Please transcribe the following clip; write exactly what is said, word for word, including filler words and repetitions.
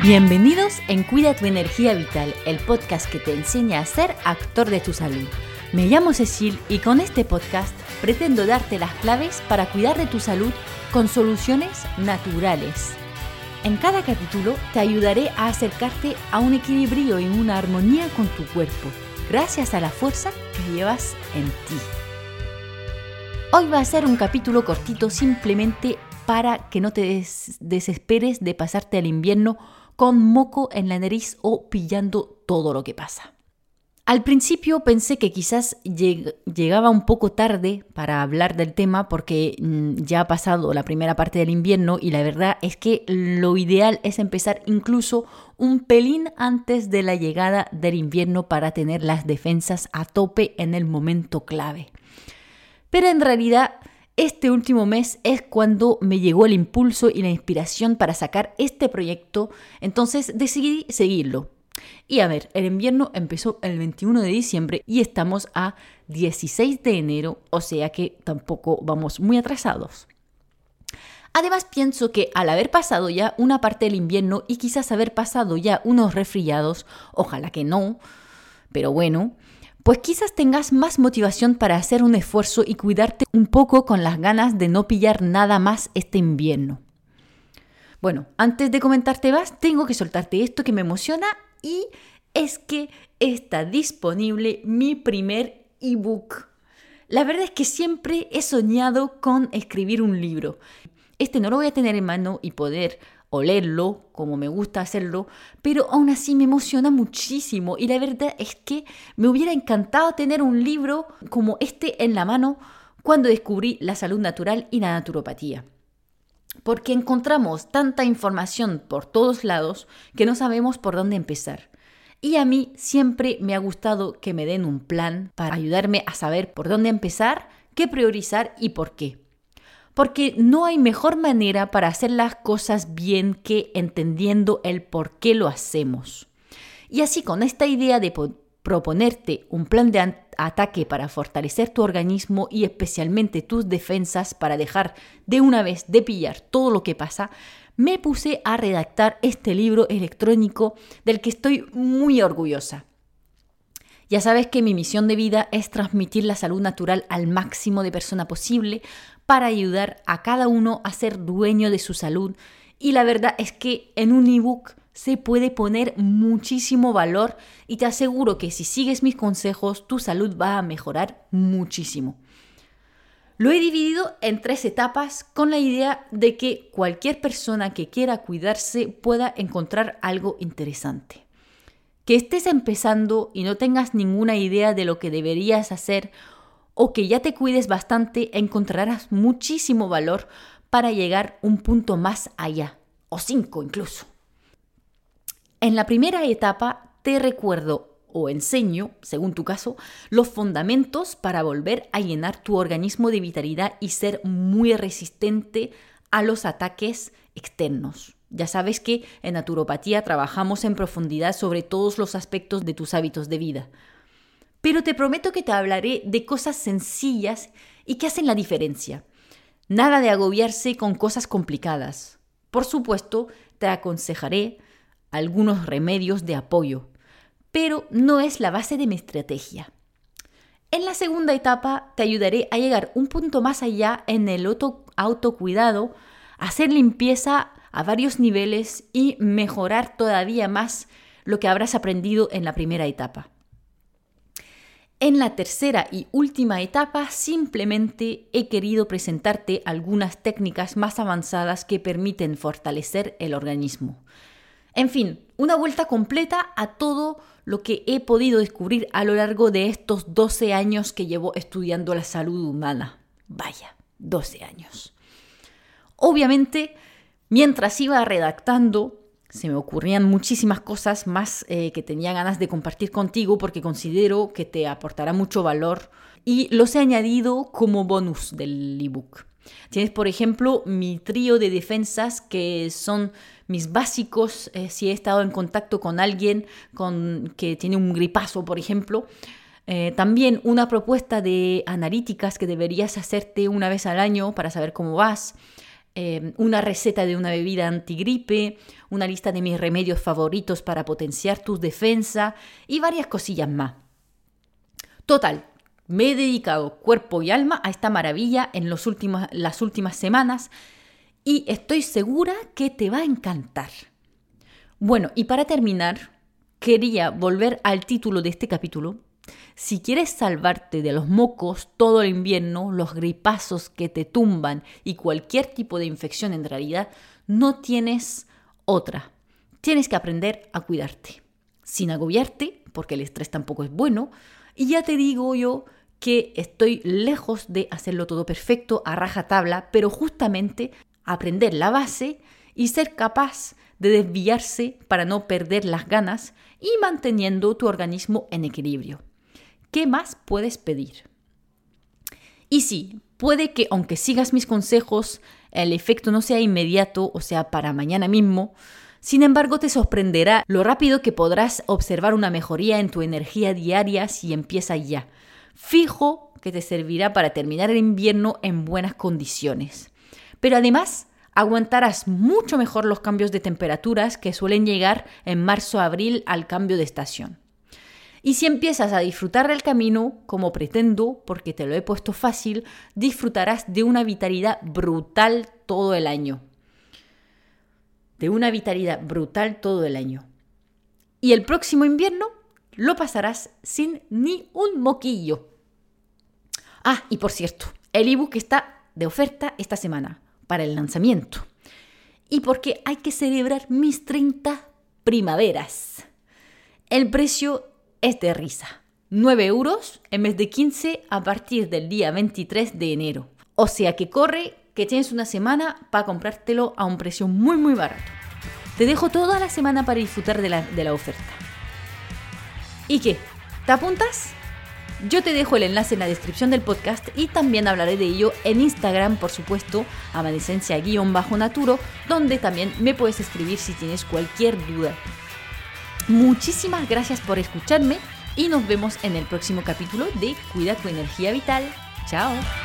Bienvenidos en Cuida tu Energía Vital, el podcast que te enseña a ser actor de tu salud. Me llamo Cecil y con este podcast pretendo darte las claves para cuidar de tu salud con soluciones naturales. En cada capítulo te ayudaré a acercarte a un equilibrio y una armonía con tu cuerpo, gracias a la fuerza que llevas en ti. Hoy va a ser un capítulo cortito simplemente para que no te des- desesperes de pasarte el invierno con moco en la nariz o pillando todo lo que pasa. Al principio pensé que quizás lleg- llegaba un poco tarde para hablar del tema porque mmm, ya ha pasado la primera parte del invierno y la verdad es que lo ideal es empezar incluso un pelín antes de la llegada del invierno para tener las defensas a tope en el momento clave. Pero en realidad este último mes es cuando me llegó el impulso y la inspiración para sacar este proyecto, entonces decidí seguirlo. Y a ver, el invierno empezó el veintiuno de diciembre y estamos a dieciséis de enero, o sea que tampoco vamos muy atrasados. Además pienso que al haber pasado ya una parte del invierno y quizás haber pasado ya unos resfriados, ojalá que no, pero bueno, pues quizás tengas más motivación para hacer un esfuerzo y cuidarte un poco con las ganas de no pillar nada más este invierno. Bueno, antes de comentarte más, tengo que soltarte esto que me emociona y es que está disponible mi primer ebook. La verdad es que siempre he soñado con escribir un libro. Este no lo voy a tener en mano y poder olerlo como me gusta hacerlo, pero aún así me emociona muchísimo y la verdad es que me hubiera encantado tener un libro como este en la mano cuando descubrí la salud natural y la naturopatía. Porque encontramos tanta información por todos lados que no sabemos por dónde empezar. Y a mí siempre me ha gustado que me den un plan para ayudarme a saber por dónde empezar, qué priorizar y por qué. Porque no hay mejor manera para hacer las cosas bien que entendiendo el por qué lo hacemos. Y así con esta idea de po- proponerte un plan de an- ataque para fortalecer tu organismo y especialmente tus defensas para dejar de una vez de pillar todo lo que pasa, me puse a redactar este libro electrónico del que estoy muy orgullosa. Ya sabes que mi misión de vida es transmitir la salud natural al máximo de persona posible para ayudar a cada uno a ser dueño de su salud. Y la verdad es que en un ebook se puede poner muchísimo valor y te aseguro que si sigues mis consejos, tu salud va a mejorar muchísimo. Lo he dividido en tres etapas con la idea de que cualquier persona que quiera cuidarse pueda encontrar algo interesante. Que estés empezando y no tengas ninguna idea de lo que deberías hacer o que ya te cuides bastante, encontrarás muchísimo valor para llegar un punto más allá, o cinco incluso. En la primera etapa te recuerdo o enseño, según tu caso, los fundamentos para volver a llenar tu organismo de vitalidad y ser muy resistente a los ataques externos. Ya sabes que en naturopatía trabajamos en profundidad sobre todos los aspectos de tus hábitos de vida. Pero te prometo que te hablaré de cosas sencillas y que hacen la diferencia. Nada de agobiarse con cosas complicadas. Por supuesto, te aconsejaré algunos remedios de apoyo, pero no es la base de mi estrategia. En la segunda etapa te ayudaré a llegar un punto más allá en el auto- autocuidado, hacer limpieza a varios niveles y mejorar todavía más lo que habrás aprendido en la primera etapa. En la tercera y última etapa simplemente he querido presentarte algunas técnicas más avanzadas que permiten fortalecer el organismo. En fin, una vuelta completa a todo lo que he podido descubrir a lo largo de estos doce años que llevo estudiando la salud humana. Vaya, doce años. Obviamente, mientras iba redactando, se me ocurrían muchísimas cosas más eh, que tenía ganas de compartir contigo porque considero que te aportará mucho valor y los he añadido como bonus del ebook. Tienes, por ejemplo, mi trío de defensas que son mis básicos eh, si he estado en contacto con alguien con, que tiene un gripazo, por ejemplo. Eh, también una propuesta de analíticas que deberías hacerte una vez al año para saber cómo vas. eh, una receta de una bebida antigripe, una lista de mis remedios favoritos para potenciar tus defensas y varias cosillas más. Total, me he dedicado cuerpo y alma a esta maravilla en los últimos, las últimas semanas y estoy segura que te va a encantar. Bueno, y para terminar, quería volver al título de este capítulo. Si quieres salvarte de los mocos todo el invierno, los gripazos que te tumban y cualquier tipo de infección en realidad, no tienes otra. Tienes que aprender a cuidarte, sin agobiarte, porque el estrés tampoco es bueno. Y ya te digo yo que estoy lejos de hacerlo todo perfecto, a rajatabla, pero justamente aprender la base y ser capaz de desviarse para no perder las ganas y manteniendo tu organismo en equilibrio. ¿Qué más puedes pedir? Y sí, puede que aunque sigas mis consejos, el efecto no sea inmediato, o sea, para mañana mismo. Sin embargo, te sorprenderá lo rápido que podrás observar una mejoría en tu energía diaria si empiezas ya. Fijo que te servirá para terminar el invierno en buenas condiciones. Pero además, aguantarás mucho mejor los cambios de temperaturas que suelen llegar en marzo-abril al cambio de estación. Y si empiezas a disfrutar del camino, como pretendo, porque te lo he puesto fácil, disfrutarás de una vitalidad brutal todo el año. De una vitalidad brutal todo el año. Y el próximo invierno lo pasarás sin ni un moquillo. Ah, y por cierto, el ebook está de oferta esta semana para el lanzamiento. Y porque hay que celebrar mis treinta primaveras. El precio es de risa. nueve euros en vez de quince a partir del día veintitrés de enero. O sea que corre, que tienes una semana para comprártelo a un precio muy muy barato. Te dejo toda la semana para disfrutar de la, de la oferta. ¿Y qué? ¿Te apuntas? Yo te dejo el enlace en la descripción del podcast y también hablaré de ello en Instagram, por supuesto, amanecencia-naturo, donde también me puedes escribir si tienes cualquier duda. Muchísimas gracias por escucharme y nos vemos en el próximo capítulo de Cuida tu energía vital. ¡Chao!